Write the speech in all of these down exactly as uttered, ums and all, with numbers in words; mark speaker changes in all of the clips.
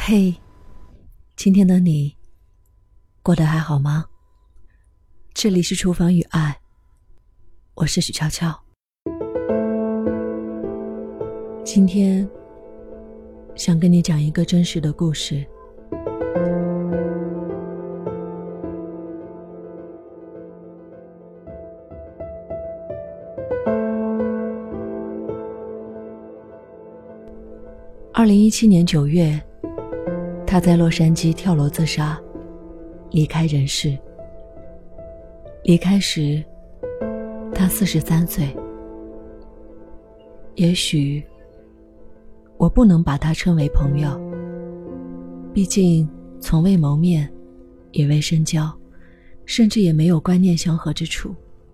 Speaker 1: 嘿，今天的你过得还好吗？这里是厨房与爱，我是许悄悄。今天想跟你讲一个真实的故事。二零一七年九月，他在洛杉矶跳楼自杀，离开人世。离开时，他四十三岁。也许我不能把他称为朋友，毕竟从未谋面，也未深交，甚至也没有观念相合之处。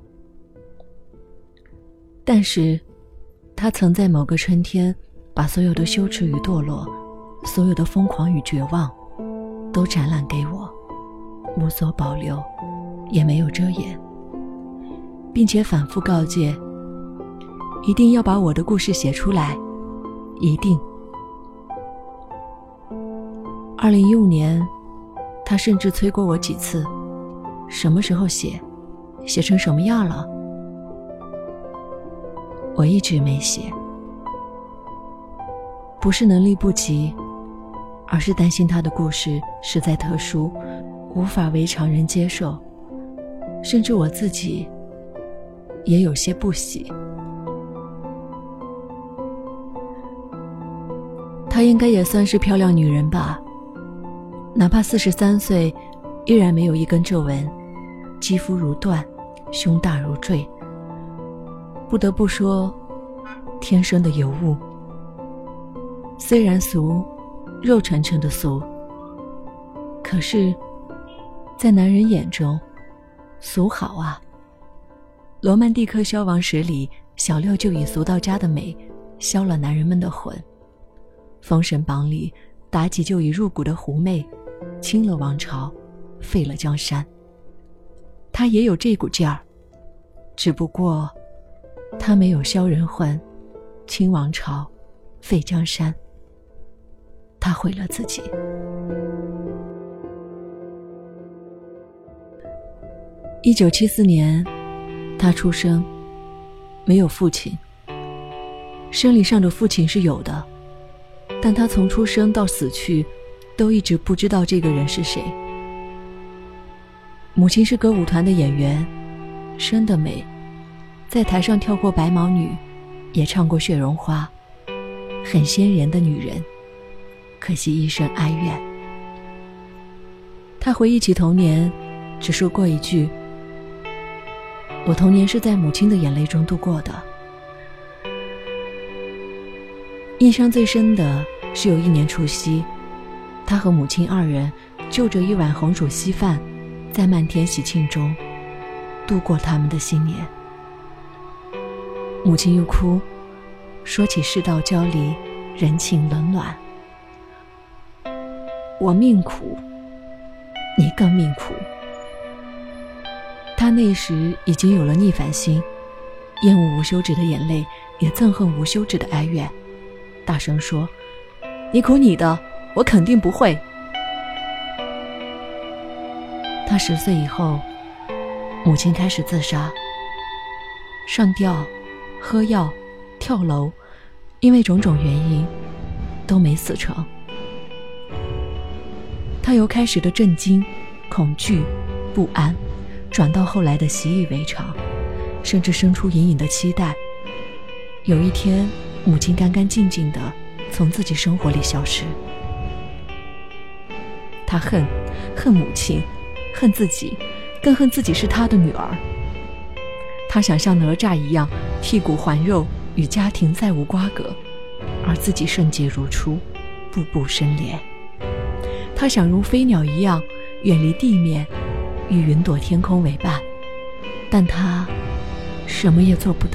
Speaker 1: 但是，他曾在某个春天，把所有的羞耻与堕落，所有的疯狂与绝望，都展览给我，无所保留，也没有遮掩，并且反复告诫，一定要把我的故事写出来，一定。二零一五年，他甚至催过我几次，什么时候写，写成什么样了？我一直没写，不是能力不及，而是担心他的故事实在特殊，无法为常人接受，甚至我自己也有些不喜。她应该也算是漂亮女人吧，哪怕四十三岁，依然没有一根皱纹，肌肤如缎，胸大如坠。不得不说，天生的尤物。虽然俗，肉沉沉的俗，可是在男人眼中，俗好啊。罗曼蒂克消亡史里，小六就以俗到家的美消了男人们的魂。封神榜里，妲己就以入骨的狐媚清了王朝，废了江山。她也有这股劲儿，只不过她没有消人魂，清王朝，废江山。他毁了自己。一九七四年，他出生，没有父亲。生理上的父亲是有的，但他从出生到死去，都一直不知道这个人是谁。母亲是歌舞团的演员，生得美，在台上跳过白毛女，也唱过雪绒花，很仙人的女人。可惜一生哀怨。他回忆起童年，只说过一句：我童年是在母亲的眼泪中度过的。印象最深的是有一年除夕，他和母亲二人就着一碗红薯稀饭，在漫天喜庆中度过他们的新年。母亲又哭，说起世道交离，人情冷暖。我命苦，你更命苦。他那时已经有了逆反心，厌恶无休止的眼泪，也憎恨无休止的哀怨，大声说：你苦你的，我肯定不会。他十岁以后，母亲开始自杀，上吊、喝药、跳楼，因为种种原因都没死成。他由开始的震惊、恐惧、不安，转到后来的习以为常，甚至生出隐隐的期待。有一天，母亲干干净净地从自己生活里消失。他恨，恨母亲，恨自己，更恨自己是他的女儿。他想像哪吒一样剔骨还肉，与家庭再无瓜葛，而自己圣洁如初，步步生莲。他想如飞鸟一样远离地面，与云朵天空为伴，但他什么也做不到。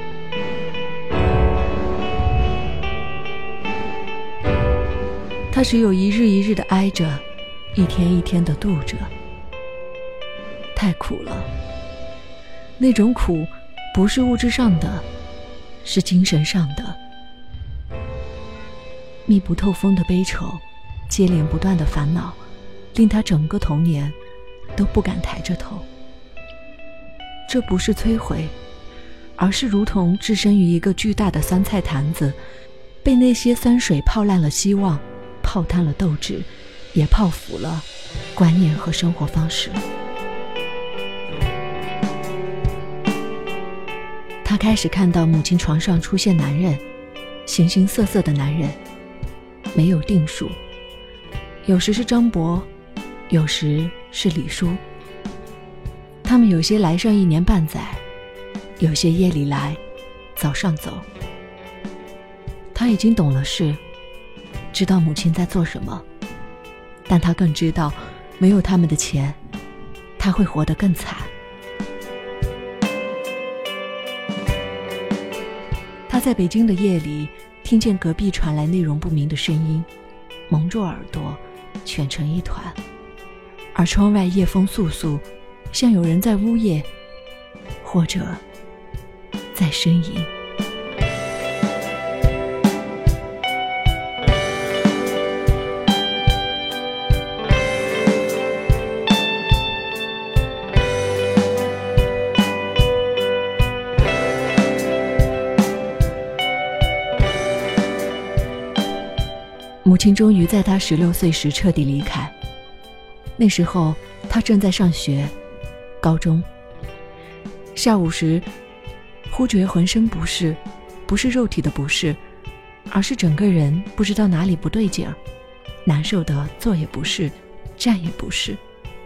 Speaker 1: 他只有一日一日的挨着，一天一天的度着。太苦了，那种苦不是物质上的，是精神上的。密不透风的悲愁， 接连不断的烦恼，令他整个童年都不敢抬着头。这不是摧毁，而是如同置身于一个巨大的酸菜坛子，被那些酸水泡烂了希望，泡瘫了斗志，也泡腐了观念和生活方式。他开始看到母亲床上出现男人，形形色色的男人，没有定数，有时是张伯，有时是李叔。他们有些来上一年半载，有些夜里来，早上走。他已经懂了事，知道母亲在做什么，但他更知道，没有他们的钱，他会活得更惨。他在北京的夜里听见隔壁传来内容不明的声音，蒙住耳朵，蜷成一团。而窗外夜风簌簌，像有人在呜咽，或者在呻吟。母亲终于在他十六岁时彻底离开。那时候他正在上学，高中。下午时忽觉浑身不适，不是肉体的不适，而是整个人不知道哪里不对劲儿，难受的坐也不是，站也不是。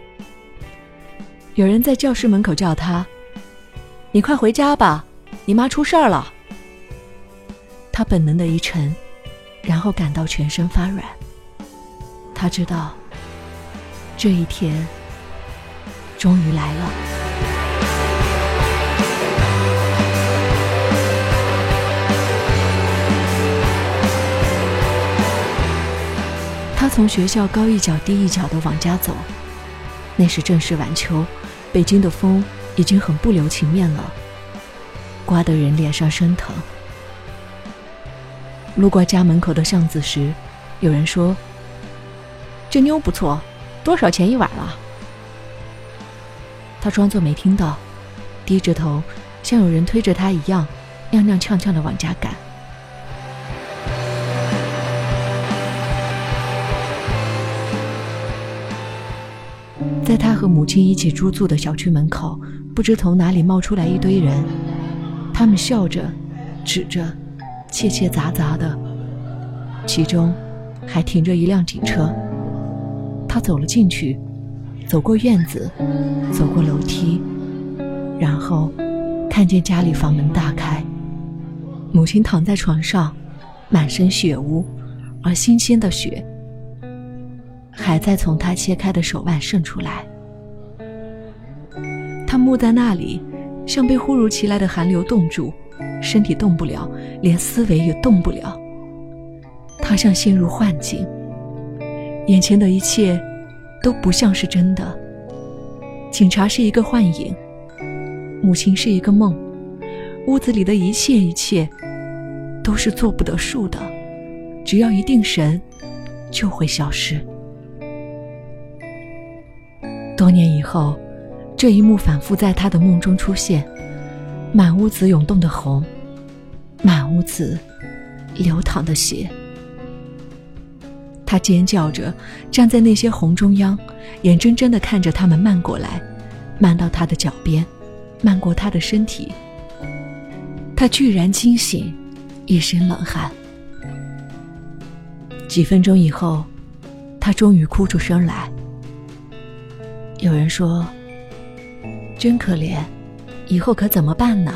Speaker 1: 有人在教室门口叫他：“你快回家吧，你妈出事儿了。”他本能的一沉，然后感到全身发软。他知道，这一天终于来了。他从学校高一脚低一脚地往家走，那时正是晚秋，北京的风已经很不留情面了，刮得人脸上生疼。路过家门口的巷子时，有人说：“这妞不错，多少钱一晚了？”他装作没听到，低着头，像有人推着他一样，踉踉跄跄地往家赶。在他和母亲一起租住的小区门口，不知从哪里冒出来一堆人，他们笑着，指着，切切杂杂的，其中还停着一辆警车。他走了进去，走过院子，走过楼梯，然后看见家里房门大开，母亲躺在床上，满身血污，而新鲜的血还在从她切开的手腕渗出来。他木在那里，像被忽如其来的寒流冻住，身体动不了，连思维也动不了。他像陷入幻境，眼前的一切都不像是真的。警察是一个幻影，母亲是一个梦，屋子里的一切一切都是做不得数的，只要一定神就会消失。多年以后，这一幕反复在他的梦中出现，满屋子涌动的红，满屋子流淌的血。他尖叫着站在那些红中央，眼睁睁地看着他们漫过来，漫到他的脚边，漫过他的身体。他居然惊醒，一身冷汗。几分钟以后，他终于哭出声来。有人说：“真可怜，以后可怎么办呢？”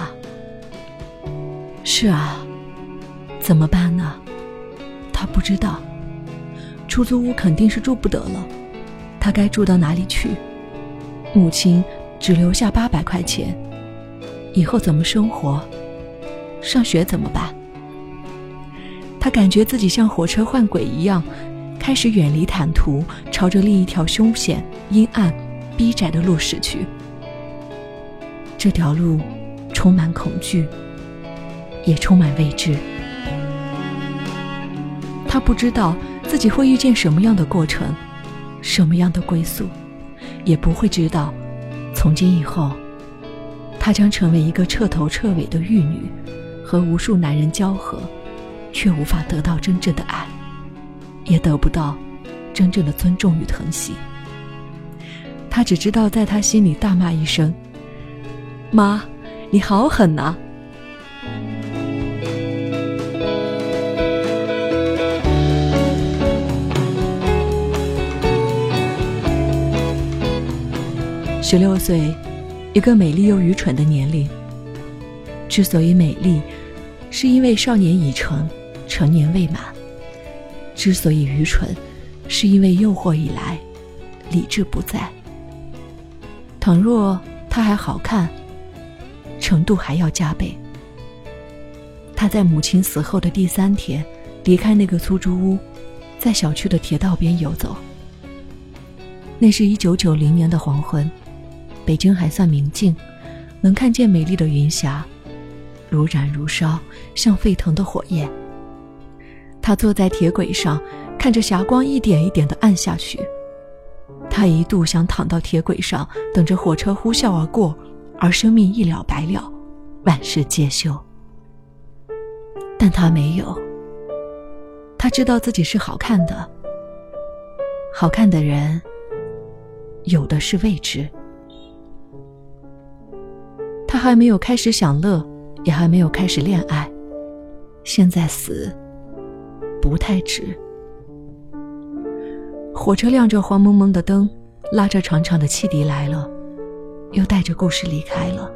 Speaker 1: 是啊，怎么办呢？他不知道。出租屋肯定是住不得了，他该住到哪里去？母亲只留下八百块钱，以后怎么生活？上学怎么办？他感觉自己像火车换轨一样，开始远离坦途，朝着另一条凶险、阴暗、逼窄的路驶去。这条路充满恐惧，也充满未知。他不知道自己会遇见什么样的过程，什么样的归宿，也不会知道从今以后她将成为一个彻头彻尾的玉女，和无数男人交合，却无法得到真正的爱，也得不到真正的尊重与疼惜。她只知道在她心里大骂一声：妈，你好狠啊！十六岁，一个美丽又愚蠢的年龄。之所以美丽，是因为少年已成，成年未满；之所以愚蠢，是因为诱惑已来，理智不在。倘若她还好看，程度还要加倍。她在母亲死后的第三天，离开那个出租屋，在小区的铁道边游走。那是一九九零年的黄昏，北京还算明净，能看见美丽的云霞，如燃如烧，像沸腾的火焰。他坐在铁轨上，看着霞光一点一点地暗下去。他一度想躺到铁轨上，等着火车呼啸而过，而生命一了百了，万事皆休。但他没有。他知道自己是好看的，好看的人有的是未知。他还没有开始享乐，也还没有开始恋爱，现在死不太值。火车亮着黄蒙蒙的灯，拉着长长的汽笛来了，又带着故事离开了。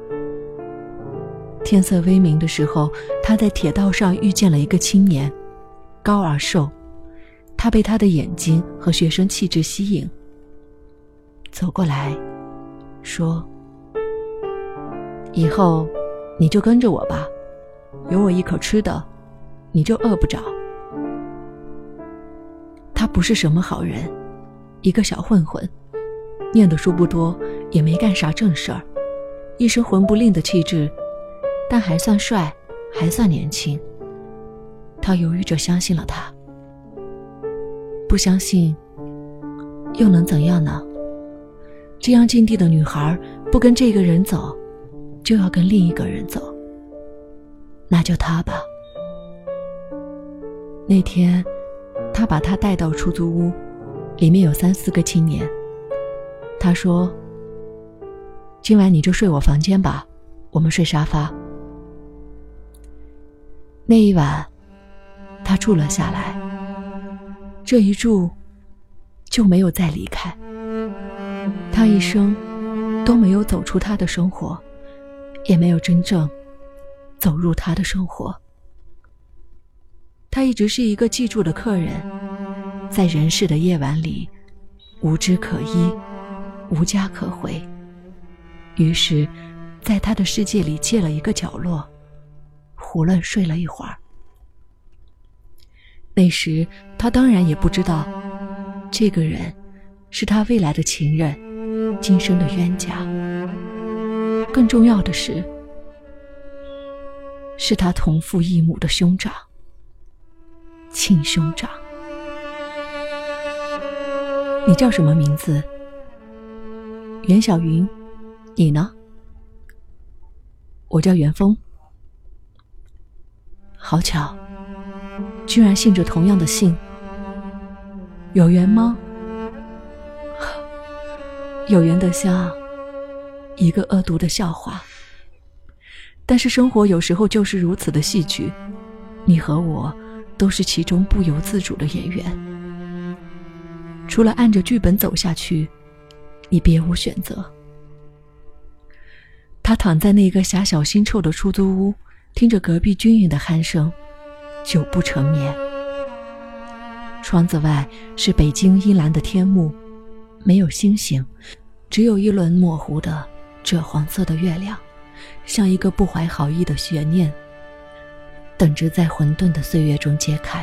Speaker 1: 天色微明的时候，他在铁道上遇见了一个青年，高而瘦，他被他的眼睛和学生气质吸引，走过来说：以后你就跟着我吧，有我一口吃的，你就饿不着。他不是什么好人，一个小混混，念的书不多，也没干啥正事儿，一身混不吝的气质，但还算帅，还算年轻。他犹豫着相信了他。不相信又能怎样呢？这样境地的女孩，不跟这个人走，就要跟另一个人走，那就他吧。那天他把他带到出租屋，里面有三四个青年。他说：今晚你就睡我房间吧，我们睡沙发。那一晚他住了下来，这一住就没有再离开。他一生都没有走出他的生活，也没有真正走入他的生活。他一直是一个记住的客人，在人世的夜晚里，无枝可依，无家可回。于是在他的世界里借了一个角落，胡乱睡了一会儿。那时他当然也不知道，这个人是他未来的情人，今生的冤家。更重要的是，是他同父异母的兄长，亲兄长。你叫什么名字？袁小云。你呢？我叫袁峰。好巧，居然姓着同样的姓。有缘吗？有缘得像一个恶毒的笑话。但是生活有时候就是如此的戏剧，你和我都是其中不由自主的演员。除了按着剧本走下去，你别无选择。他躺在那个狭小腥臭的出租屋，听着隔壁均匀的鼾声，久不成眠。窗子外是北京阴蓝的天幕，没有星星，只有一轮模糊的赭黄色的月亮，像一个不怀好意的悬念，等着在混沌的岁月中揭开。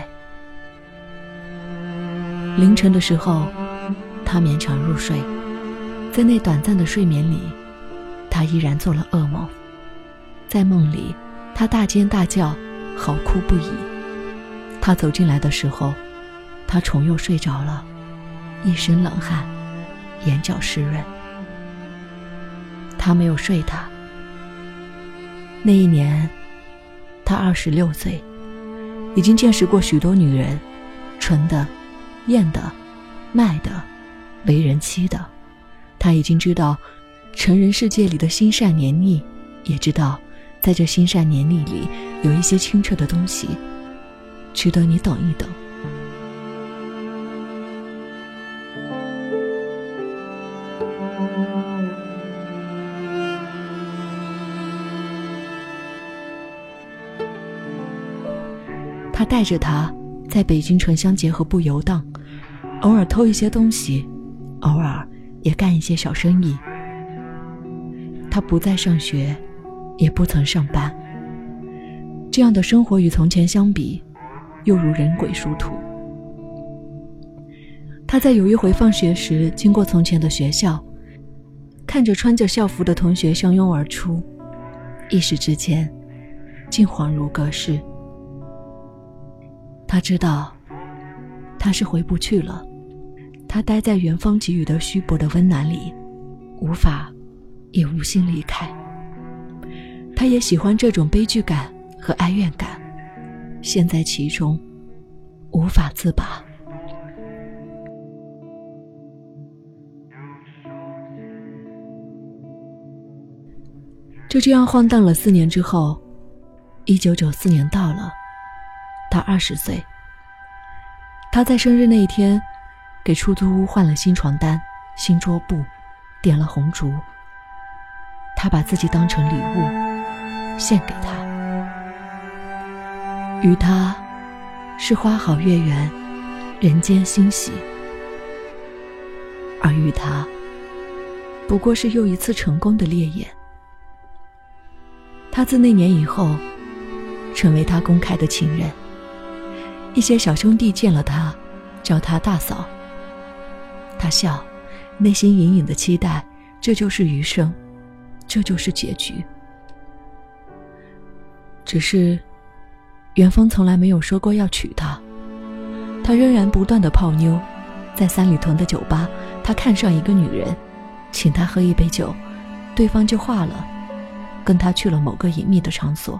Speaker 1: 凌晨的时候，他勉强入睡，在那短暂的睡眠里，他依然做了噩梦。在梦里，他大尖大叫，嚎哭不已。他走进来的时候， 他重又睡着了，一身冷汗，眼角湿润。他没有睡他。那一年他二十六岁，已经见识过许多女人，纯的、艳的、卖的、为人妻的。他已经知道成人世界里的心善黏腻，也知道在这心善黏腻里有一些清澈的东西，值得你等一等。他带着她在北京城乡结合部游荡，偶尔偷一些东西，偶尔也干一些小生意。他不再上学，也不曾上班。这样的生活与从前相比，又如人鬼殊途。他在有一回放学时经过从前的学校，看着穿着校服的同学相拥而出，一时之间竟恍如隔世。他知道他是回不去了，他待在远方给予的虚薄的温暖里，无法也无心离开。他也喜欢这种悲剧感和哀怨感，陷在其中无法自拔。就这样晃荡了四年之后，一九九四年到了，他二十岁。他在生日那一天给出租屋换了新床单、新桌布，点了红烛。他把自己当成礼物献给他。于他是花好月圆，人间欣喜，而于他不过是又一次成功的烈焰。他自那年以后成为他公开的情人，一些小兄弟见了他叫他大嫂。他笑，内心隐隐的期待，这就是余生，这就是结局。只是元丰从来没有说过要娶她，他仍然不断地泡妞。在三里屯的酒吧，他看上一个女人，请她喝一杯酒，对方就化了，跟他去了某个隐秘的场所。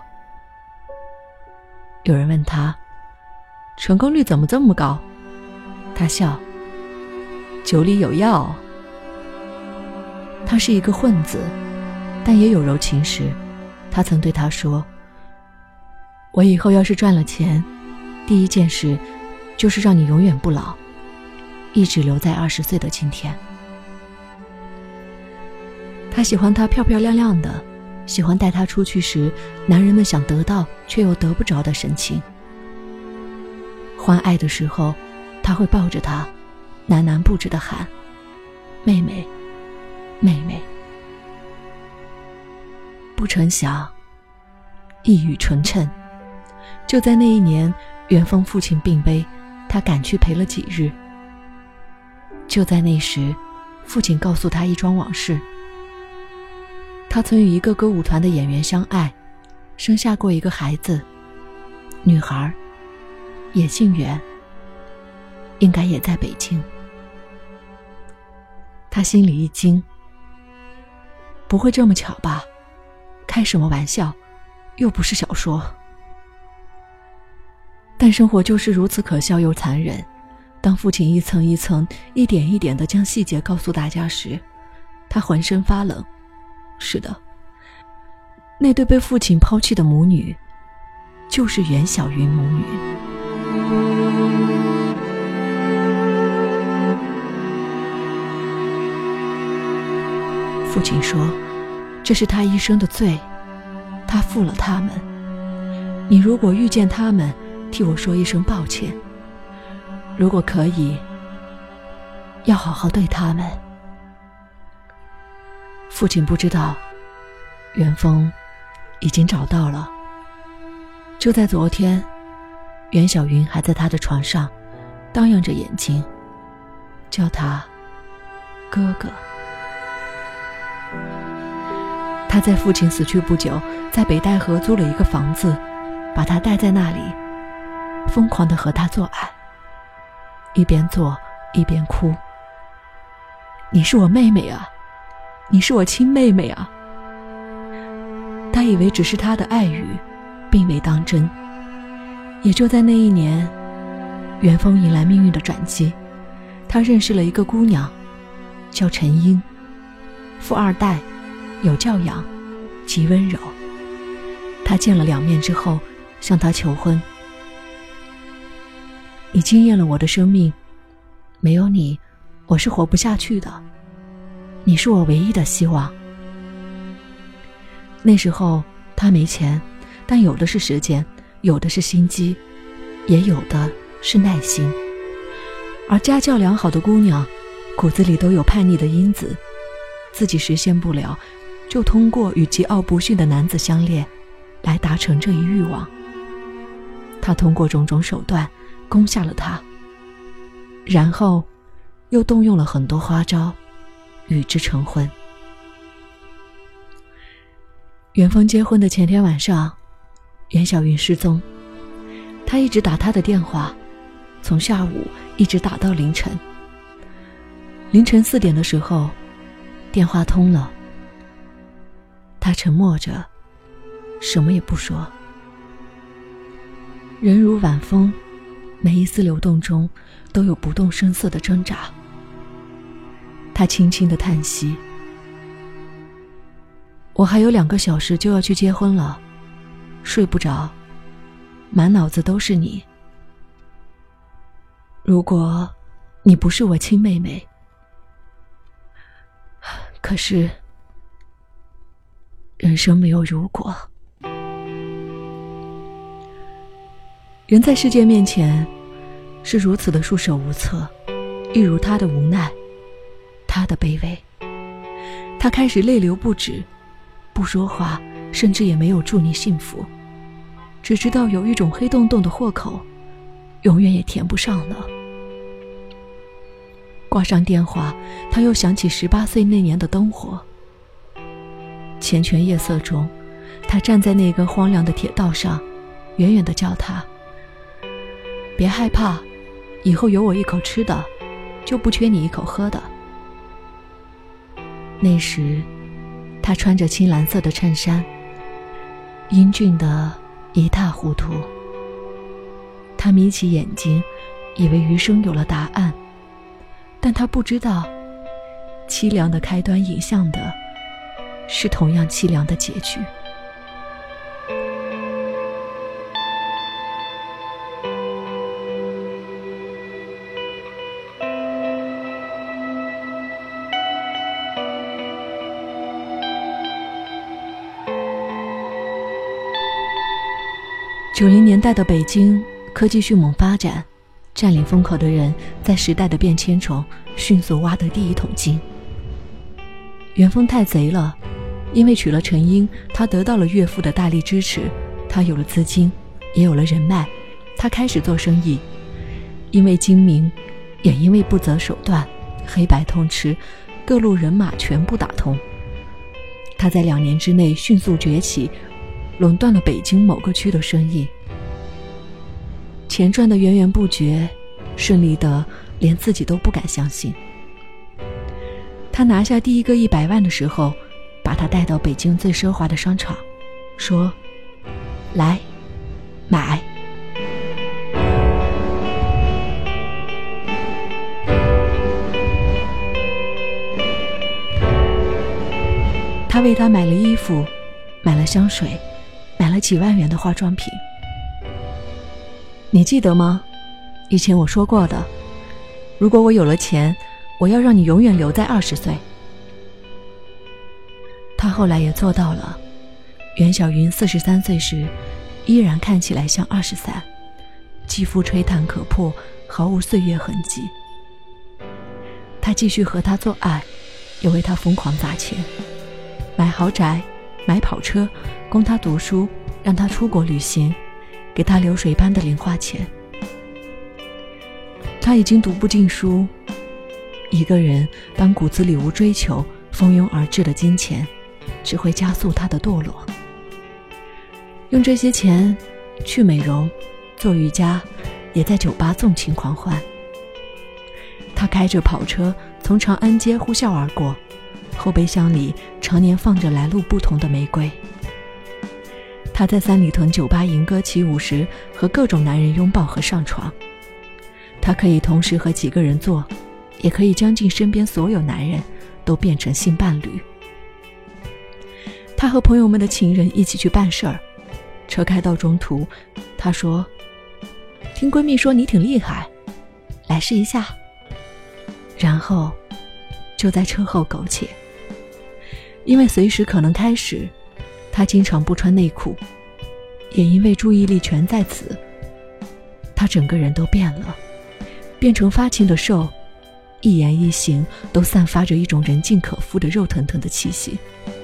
Speaker 1: 有人问他，成功率怎么这么高？他笑，酒里有药。他是一个混子，但也有柔情时。他曾对他说，我以后要是赚了钱，第一件事就是让你永远不老，一直留在二十岁的今天。他喜欢她漂漂亮亮的，喜欢带她出去时男人们想得到却又得不着的神情。欢爱的时候，他会抱着她喃喃不止地喊，妹妹妹妹。不成想一语成谶，就在那一年，元丰父亲病危，他赶去陪了几日。就在那时，父亲告诉他一桩往事。他曾与一个歌舞团的演员相爱，生下过一个孩子，女孩，也姓袁，应该也在北京。他心里一惊，不会这么巧吧？开什么玩笑，又不是小说。但生活就是如此可笑又残忍。当父亲一层一层一点一点地将细节告诉大家时，他浑身发冷。是的，那对被父亲抛弃的母女，就是袁小云母女。父亲说，这是他一生的罪，他负了他们。你如果遇见他们，替我说一声抱歉。如果可以，要好好对他们。父亲不知道，元丰已经找到了。就在昨天，袁小云还在他的床上，荡漾着眼睛，叫他哥哥。他在父亲死去不久，在北戴河租了一个房子，把他带在那里，疯狂地和他做爱。 一边做一边哭。你是我妹妹啊，你是我亲妹妹啊。他以为只是他的爱语，并未当真。也就在那一年，元丰迎来命运的转机，他认识了一个姑娘，叫陈英，富二代，有教养，极温柔。他见了两面之后，向她求婚。你惊艳了我的生命，没有你，我是活不下去的。你是我唯一的希望。那时候他没钱，但有的是时间，有的是心机，也有的是耐心。而家教良好的姑娘，骨子里都有叛逆的因子，自己实现不了，就通过与桀骜不驯的男子相恋，来达成这一欲望。他通过种种手段攻下了他，然后又动用了很多花招，与之成婚。元丰结婚的前天晚上，袁小云失踪，他一直打他的电话，从下午一直打到凌晨。凌晨四点的时候，电话通了，他沉默着，什么也不说。人如晚风，每一丝流动中都有不动声色的挣扎。他轻轻地叹息，我还有两个小时就要去结婚了，睡不着，满脑子都是你。如果你不是我亲妹妹，可是人生没有如果。人在世界面前是如此的束手无策，一如他的无奈，他的卑微。他开始泪流不止，不说话，甚至也没有祝你幸福，只知道有一种黑洞洞的豁口，永远也填不上了。挂上电话，他又想起十八岁那年的灯火。缱绻夜色中，他站在那个荒凉的铁道上，远远地叫他，别害怕，以后有我一口吃的，就不缺你一口喝的。那时他穿着青蓝色的衬衫，英俊的一塌糊涂。他眯起眼睛，以为余生有了答案，但他不知道，凄凉的开端引向的是同样凄凉的结局。九零年代的北京，科技迅猛发展，占领风口的人在时代的变迁中迅速挖得第一桶金。元丰太贼了，因为娶了陈英，他得到了岳父的大力支持，他有了资金，也有了人脉，他开始做生意。因为精明，也因为不择手段，黑白通吃，各路人马全部打通。他在两年之内迅速崛起，垄断了北京某个区的生意，钱赚得源源不绝，顺利的连自己都不敢相信。他拿下第一个一百万的时候，把他带到北京最奢华的商场，说：“来，买。”他为他买了衣服，买了香水，买了几万元的化妆品。你记得吗？以前我说过的，如果我有了钱，我要让你永远留在二十岁。他后来也做到了。袁小云四十三岁时，依然看起来像二十三，肌肤吹弹可破，毫无岁月痕迹。他继续和他做爱，也为他疯狂砸钱，买豪宅，买跑车，供他读书，让他出国旅行，给他流水般的零花钱。他已经读不进书，一个人当骨子里无追求，蜂拥而至的金钱只会加速他的堕落。用这些钱去美容，做瑜伽，也在酒吧纵情狂欢。 他开着跑车从长安街呼啸而过，后备箱里常年放着来路不同的玫瑰。他在三里屯酒吧吟歌起舞时和各种男人拥抱和上床，他可以同时和几个人做，也可以将近身边所有男人都变成性伴侣。他和朋友们的情人一起去办事儿，车开到中途，他说：听闺蜜说你挺厉害，来试一下。然后就在车后苟且。因为随时可能开始，他经常不穿内裤，也因为注意力全在此，他整个人都变了，变成发情的瘦，一言一行都散发着一种人尽可夫的肉腾腾的气息。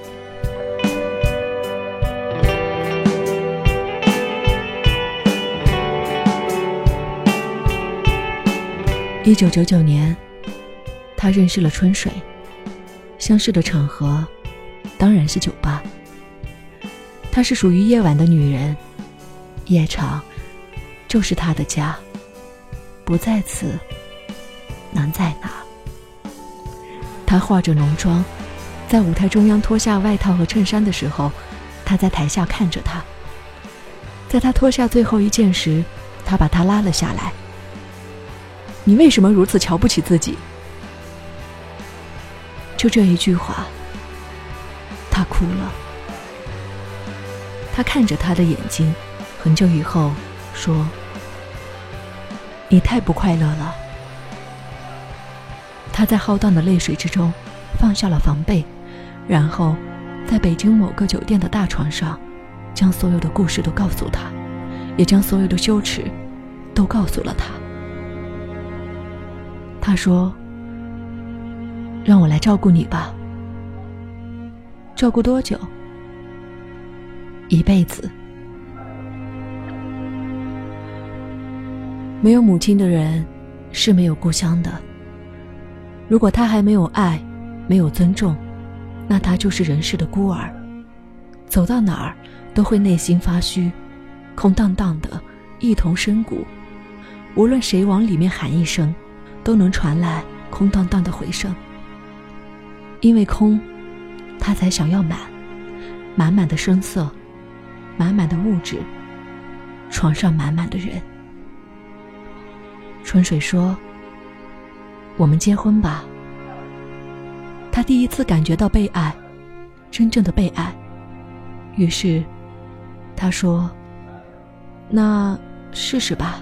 Speaker 1: 一九九九年，他认识了春水，相识的场合当然是酒吧。她是属于夜晚的女人，夜场就是她的家，不在此能在哪？她化着浓妆，在舞台中央脱下外套和衬衫的时候，他在台下看着她。在她脱下最后一件时，他把她拉了下来。你为什么如此瞧不起自己？就这一句话，他哭了。他看着他的眼睛，很久以后说：你太不快乐了。他在浩荡的泪水之中放下了防备，然后在北京某个酒店的大床上，将所有的故事都告诉他，也将所有的羞耻都告诉了他。他说：让我来照顾你吧。照顾多久？一辈子。没有母亲的人是没有故乡的。如果他还没有爱，没有尊重，那他就是人世的孤儿，走到哪儿都会内心发虚，空荡荡的，一同深谷。无论谁往里面喊一声，都能传来空荡荡的回声。因为空，他才想要满，满满的声色，满满的物质，床上满满的人。春水说：我们结婚吧。他第一次感觉到被爱，真正的被爱。于是他说：那试试吧。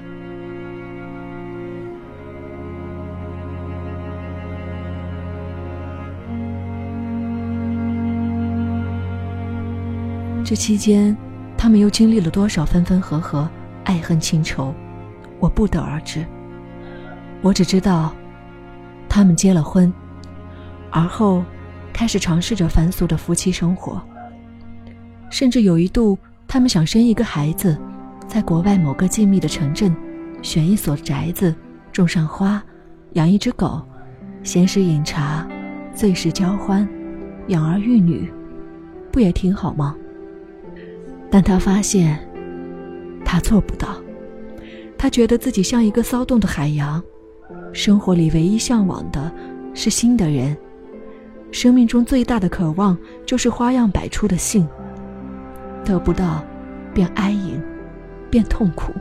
Speaker 1: 这期间他们又经历了多少分分合合，爱恨情仇，我不得而知。我只知道他们结了婚，而后开始尝试着凡俗的夫妻生活。甚至有一度他们想生一个孩子，在国外某个静谧的城镇选一所宅子，种上花，养一只狗，闲时饮茶，醉时交欢，养儿育女，不也挺好吗？但他发现他做不到。他觉得自己像一个骚动的海洋，生活里唯一向往的是新的人，生命中最大的渴望就是花样百出的性，得不到便哀吟，便痛苦。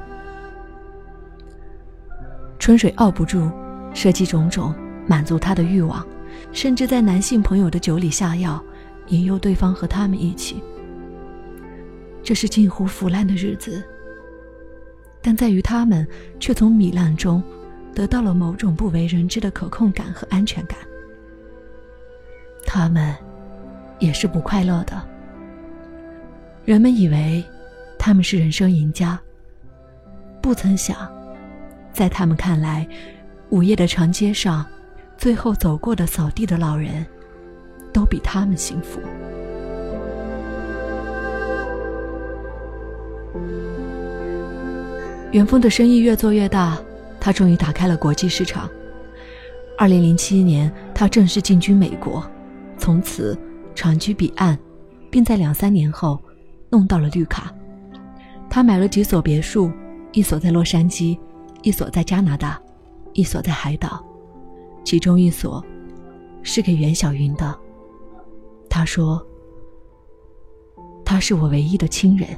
Speaker 1: 春水傲不住，设计种种满足他的欲望，甚至在男性朋友的酒里下药，引诱对方和他们一起。这是近乎腐烂的日子，但在于他们却从糜烂中得到了某种不为人知的可控感和安全感。他们也是不快乐的。人们以为他们是人生赢家，不曾想在他们看来，午夜的长街上最后走过的扫地的老人都比他们幸福。元丰的生意越做越大，他终于打开了国际市场。二零零七年，他正式进军美国，从此长居彼岸，并在两三年后弄到了绿卡。他买了几所别墅，一所在洛杉矶，一所在加拿大，一所在海岛， 其中一所是给袁小云的。他说，他是我唯一的亲人。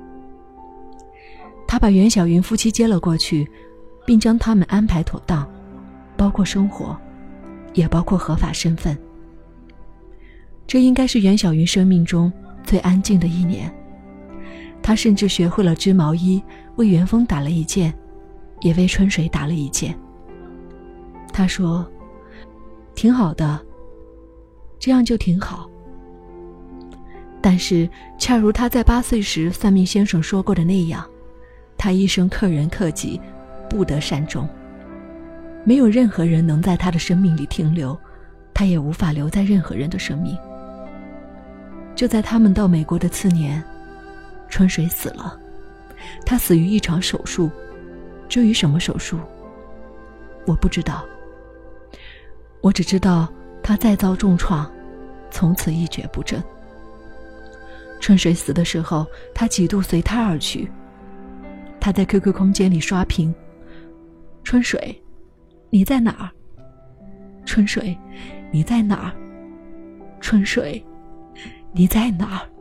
Speaker 1: 他把袁小云夫妻接了过去，并将他们安排妥当，包括生活，也包括合法身份。这应该是袁小云生命中最安静的一年。他甚至学会了织毛衣，为元丰打了一件，也为春水打了一件。他说，挺好的，这样就挺好。但是恰如他在八岁时算命先生说过的那样，他一生克人克己，不得善终。没有任何人能在他的生命里停留，他也无法留在任何人的生命。就在他们到美国的次年，春水死了。他死于一场手术，至于什么手术，我不知道。我只知道他再遭重创，从此一蹶不振。春水死的时候，他几度随他而去。他在 Q Q 空间里刷屏，春水，你在哪儿？春水，你在哪儿？春水，你在哪儿？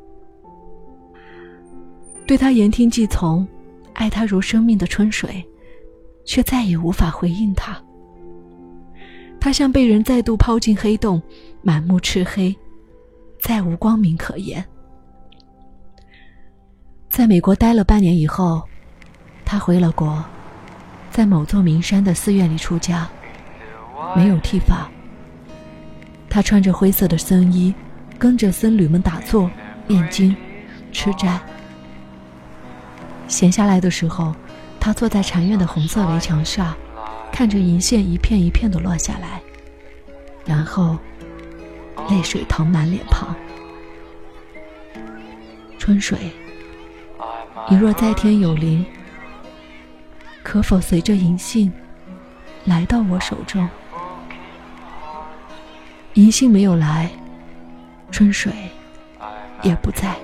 Speaker 1: 对他言听计从，爱他如生命的春水，却再也无法回应他。他像被人再度抛进黑洞，满目赤黑，再无光明可言。在美国待了半年以后，他回了国，在某座名山的寺院里出家，没有剃发。他穿着灰色的僧衣，跟着僧侣们打坐、念经、吃斋。闲下来的时候，他坐在禅院的红色围墙上，看着银线一片一片地落下来，然后泪水淌满脸庞。春水，你若在天有灵，可否随着银杏来到我手中？银杏没有来，春水也不在。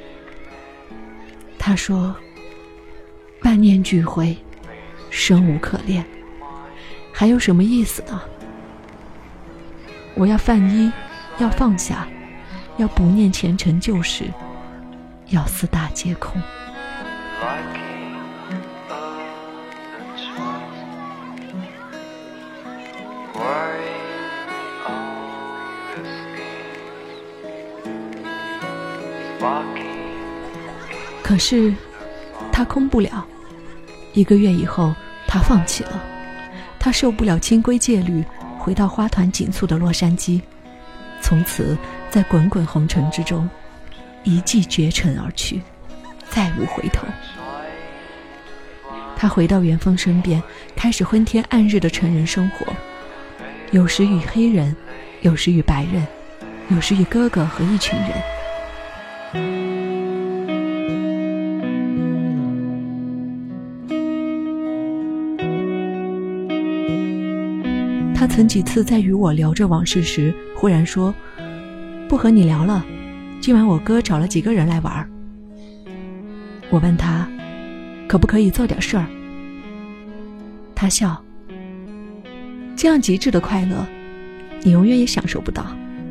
Speaker 1: 他说，万念俱灰，生无可恋，还有什么意思呢？我要泛衣，要放下，要不念前尘旧事，要四大皆空。可是他空不了。一个月以后，他放弃了。他受不了清规戒律，回到花团锦簇的洛杉矶，从此在滚滚红尘之中一骑绝尘而去，再无回头。他回到元丰身边，开始昏天暗日的成人生活，有时与黑人，有时与白人，有时与哥哥和一群人。他曾几次在与我聊着往事时，忽然说，不和你聊了，今晚我哥找了几个人来玩。我问他，可不可以做点事儿？他笑，这样极致的快乐，你永远也享受不到。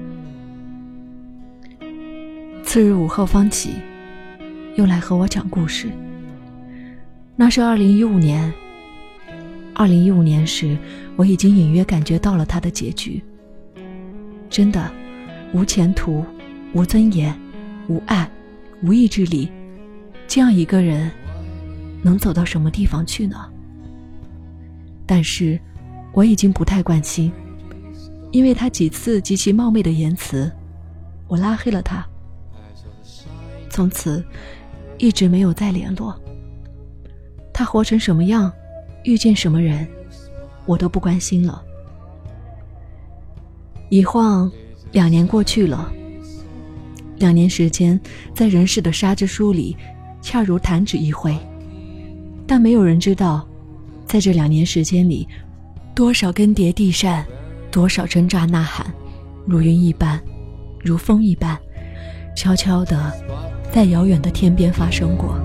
Speaker 1: 次日午后方起，又来和我讲故事。那是二零一五年。二零一五年时，我已经隐约感觉到了他的结局。真的，无前途，无尊严，无爱，无意志力，这样一个人能走到什么地方去呢？但是我已经不太关心，因为他几次极其冒昧的言辞，我拉黑了他。从此一直没有再联络。他活成什么样，遇见什么人，我都不关心了。一晃两年过去了，两年时间在人世的沙之书里恰如弹指一挥，但没有人知道，在这两年时间里，多少更迭地扇，多少挣扎呐喊，如云一般，如风一般，悄悄地在遥远的天边发生过。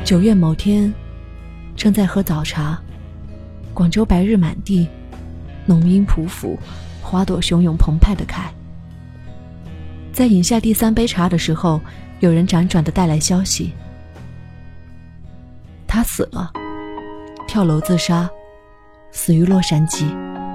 Speaker 1: 九月某天，正在喝早茶，广州白日满地，浓荫匍匐，花朵汹涌澎湃地开。在饮下第三杯茶的时候，有人辗转地带来消息，他死了，跳楼自杀，死于洛杉矶。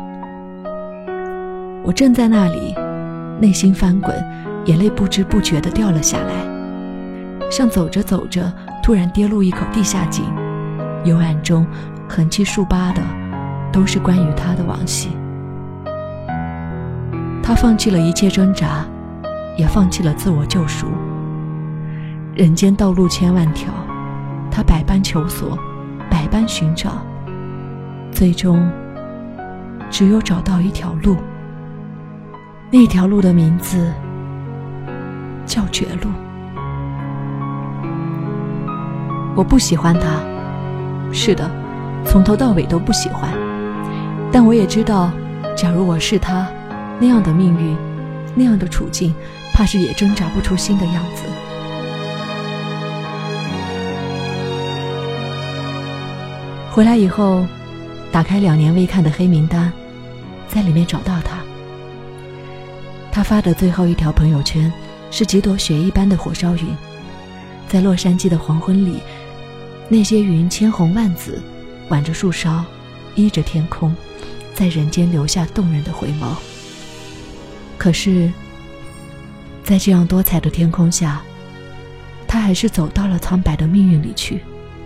Speaker 1: 我正在那里，内心翻滚，眼泪不知不觉地掉了下来，像走着走着突然跌入一口地下井，幽暗中横七竖八的都是关于他的往昔。他放弃了一切挣扎，也放弃了自我救赎。人间道路千万条，他百般求索，百般寻找，最终只有找到一条路。那条路的名字叫绝路。我不喜欢他，是的，从头到尾都不喜欢。但我也知道，假如我是他，那样的命运，那样的处境，怕是也挣扎不出新的样子。回来以后，打开两年未看的黑名单，在里面找到他。他发的最后一条朋友圈是几朵雪一般的火烧云，在洛杉矶的黄昏里，那些云千红万紫，挽着树梢，依着天空，在人间留下动人的回眸。可是在这样多彩的天空下，他还是走到了苍白的命运里去。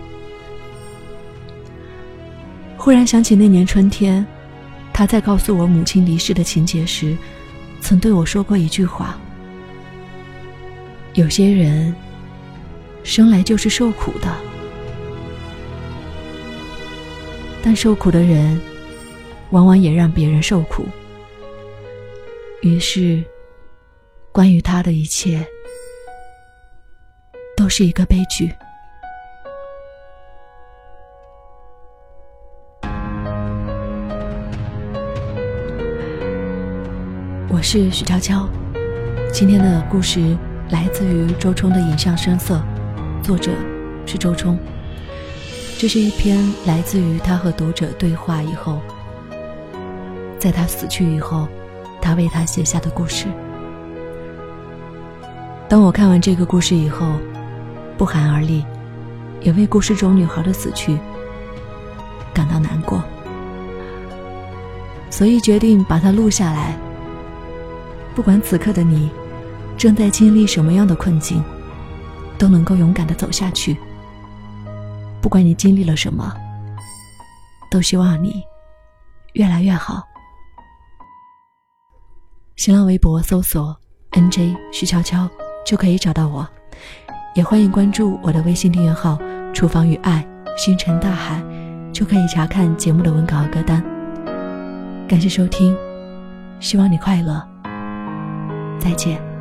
Speaker 1: 忽然想起那年春天，他在告诉我母亲离世的情节时，曾对我说过一句话：有些人生来就是受苦的，但受苦的人往往也让别人受苦。于是关于他的一切都是一个悲剧。我是许悄悄，今天的故事来自于周冲的影像声色，作者是周冲。这是一篇来自于他和读者对话以后，在他死去以后，他为他写下的故事。当我看完这个故事以后，不寒而栗，也为故事中女孩的死去感到难过，所以决定把它录下来。不管此刻的你正在经历什么样的困境，都能够勇敢地走下去。不管你经历了什么，都希望你越来越好。新浪微博搜索 N J 徐悄悄就可以找到我，也欢迎关注我的微信订阅号厨房与爱星辰大海，就可以查看节目的文稿和歌单。感谢收听，希望你快乐，再见。